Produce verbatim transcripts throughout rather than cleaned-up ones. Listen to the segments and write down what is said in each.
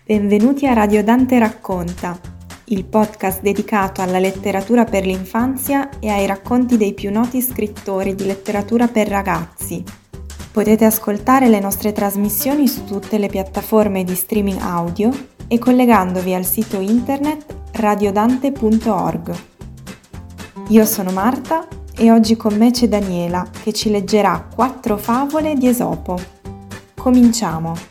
Benvenuti a Radio Dante Racconta, il podcast dedicato alla letteratura per l'infanzia e ai racconti dei più noti scrittori di letteratura per ragazzi. Potete ascoltare le nostre trasmissioni su tutte le piattaforme di streaming audio e collegandovi al sito internet radiodante punto org. Io sono Marta e oggi con me c'è Daniela che ci leggerà quattro favole di Esopo. Cominciamo!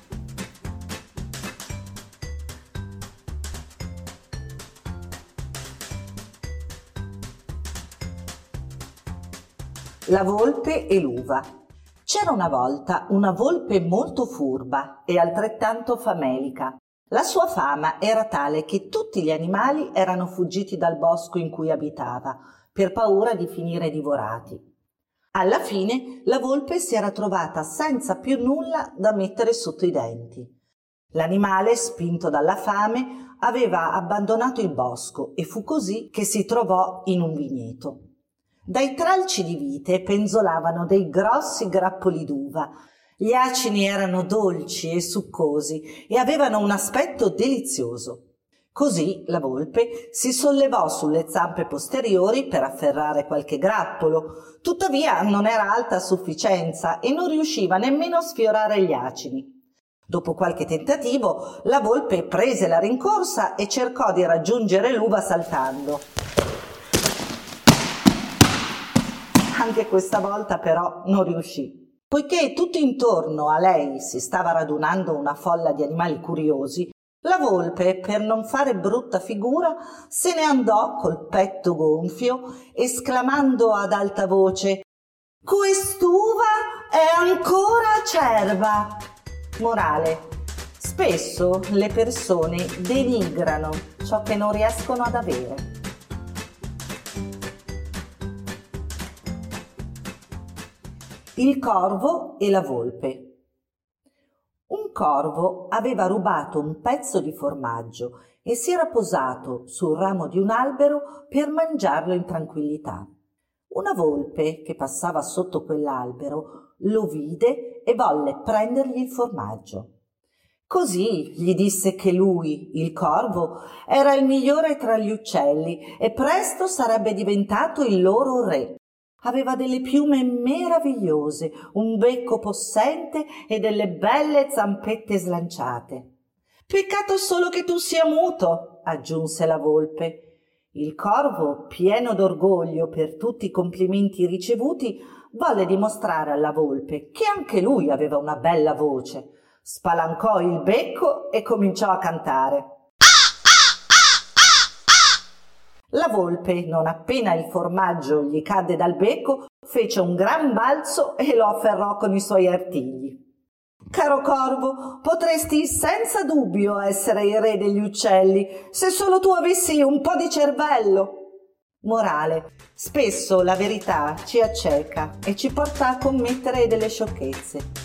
La volpe e l'uva. C'era una volta una volpe molto furba e altrettanto famelica. La sua fama era tale che tutti gli animali erano fuggiti dal bosco in cui abitava, per paura di finire divorati. Alla fine la volpe si era trovata senza più nulla da mettere sotto i denti. L'animale, spinto dalla fame, aveva abbandonato il bosco e fu così che si trovò in un vigneto. Dai tralci di vite penzolavano dei grossi grappoli d'uva. Gli acini erano dolci e succosi e avevano un aspetto delizioso. Così la volpe si sollevò sulle zampe posteriori per afferrare qualche grappolo, tuttavia non era alta a sufficienza e non riusciva nemmeno a sfiorare gli acini. Dopo qualche tentativo, la volpe prese la rincorsa e cercò di raggiungere l'uva saltando. Anche questa volta però non riuscì. Poiché tutto intorno a lei si stava radunando una folla di animali curiosi, la volpe, per non fare brutta figura, se ne andò col petto gonfio, esclamando ad alta voce: «Quest'uva è ancora acerba!» Morale: spesso le persone denigrano ciò che non riescono ad avere. Il corvo e la volpe. Un corvo aveva rubato un pezzo di formaggio e si era posato sul ramo di un albero per mangiarlo in tranquillità. Una volpe che passava sotto quell'albero lo vide e volle prendergli il formaggio. Così gli disse che lui, il corvo, era il migliore tra gli uccelli e presto sarebbe diventato il loro re. Aveva delle piume meravigliose, un becco possente e delle belle zampette slanciate. «Peccato solo che tu sia muto», aggiunse la volpe. Il corvo, pieno d'orgoglio per tutti i complimenti ricevuti, volle dimostrare alla volpe che anche lui aveva una bella voce. Spalancò il becco e cominciò a cantare. La volpe, non appena il formaggio gli cadde dal becco, fece un gran balzo e lo afferrò con i suoi artigli. «Caro corvo, potresti senza dubbio essere il re degli uccelli, se solo tu avessi un po' di cervello!» Morale: spesso la verità ci acceca e ci porta a commettere delle sciocchezze.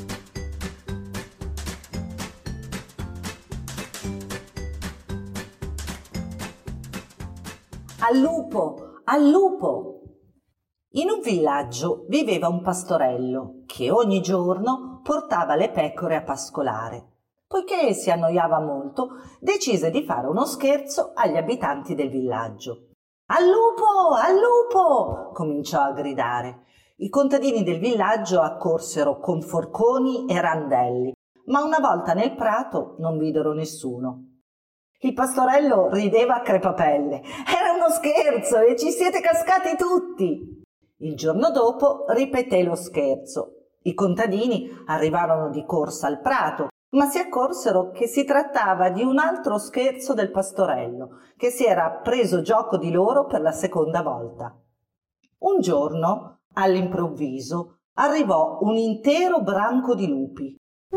Al lupo, al lupo! In un villaggio viveva un pastorello che ogni giorno portava le pecore a pascolare. Poiché si annoiava molto, decise di fare uno scherzo agli abitanti del villaggio. «Al lupo, al lupo!» cominciò a gridare. I contadini del villaggio accorsero con forconi e randelli, ma una volta nel prato non videro nessuno. Il pastorello rideva a crepapelle. «Era uno scherzo e ci siete cascati tutti!» Il giorno dopo ripeté lo scherzo. I contadini arrivarono di corsa al prato, ma si accorsero che si trattava di un altro scherzo del pastorello, che si era preso gioco di loro per la seconda volta. Un giorno, all'improvviso, arrivò un intero branco di lupi.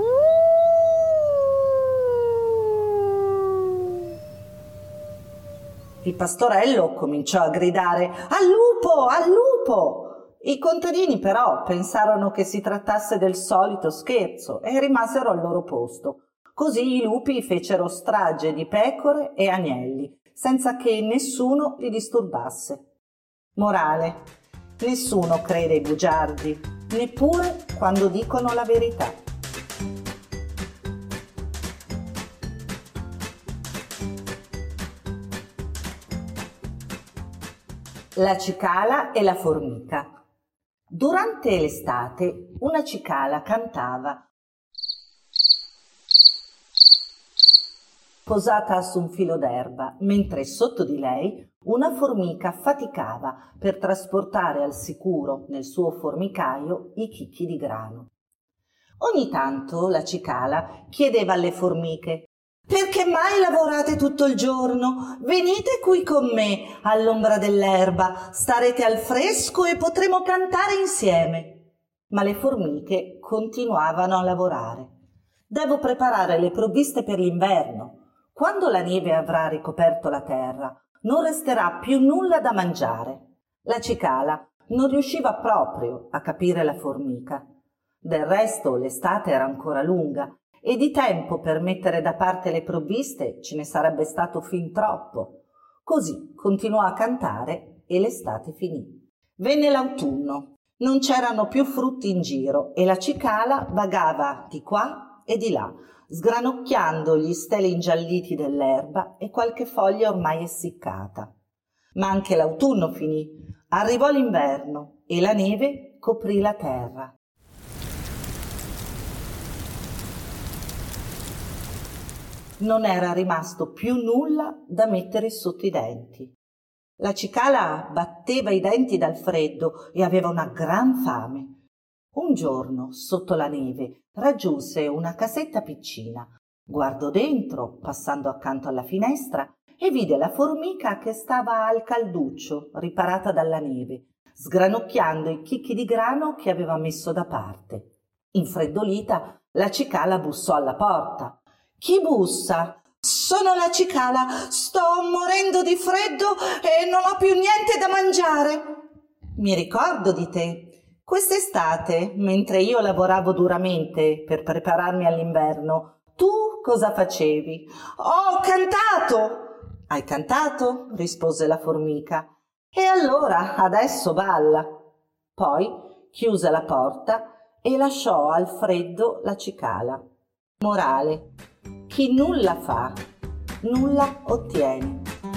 Il pastorello cominciò a gridare: «Al lupo, al lupo!» I contadini però pensarono che si trattasse del solito scherzo e rimasero al loro posto. Così i lupi fecero strage di pecore e agnelli, senza che nessuno li disturbasse. Morale: nessuno crede ai bugiardi, neppure quando dicono la verità. La cicala e la formica. Durante l'estate una cicala cantava posata su un filo d'erba, mentre sotto di lei una formica faticava per trasportare al sicuro nel suo formicaio i chicchi di grano. Ogni tanto la cicala chiedeva alle formiche: «Perché mai lavorate tutto il giorno? Venite qui con me all'ombra dell'erba, starete al fresco e potremo cantare insieme». Ma le formiche continuavano a lavorare. «Devo preparare le provviste per l'inverno. Quando la neve avrà ricoperto la terra, non resterà più nulla da mangiare». La cicala non riusciva proprio a capire la formica. Del resto l'estate era ancora lunga e di tempo per mettere da parte le provviste ce ne sarebbe stato fin troppo. Così continuò a cantare e l'estate finì. Venne l'autunno. Non c'erano più frutti in giro e la cicala vagava di qua e di là, sgranocchiando gli steli ingialliti dell'erba e qualche foglia ormai essiccata. Ma anche l'autunno finì. Arrivò l'inverno e la neve coprì la terra. Non era rimasto più nulla da mettere sotto i denti. La cicala batteva i denti dal freddo e aveva una gran fame. Un giorno, sotto la neve, raggiunse una casetta piccina. Guardò dentro, passando accanto alla finestra, e vide la formica che stava al calduccio, riparata dalla neve, sgranocchiando i chicchi di grano che aveva messo da parte. Infreddolita, la cicala bussò alla porta. «Chi bussa?» «Sono la cicala, sto morendo di freddo e non ho più niente da mangiare». «Mi ricordo di te. Quest'estate, mentre io lavoravo duramente per prepararmi all'inverno, tu cosa facevi?» «Ho cantato». «Hai cantato?» rispose la formica. «E allora adesso balla». Poi chiuse la porta e lasciò al freddo la cicala. Morale: chi nulla fa, nulla ottiene.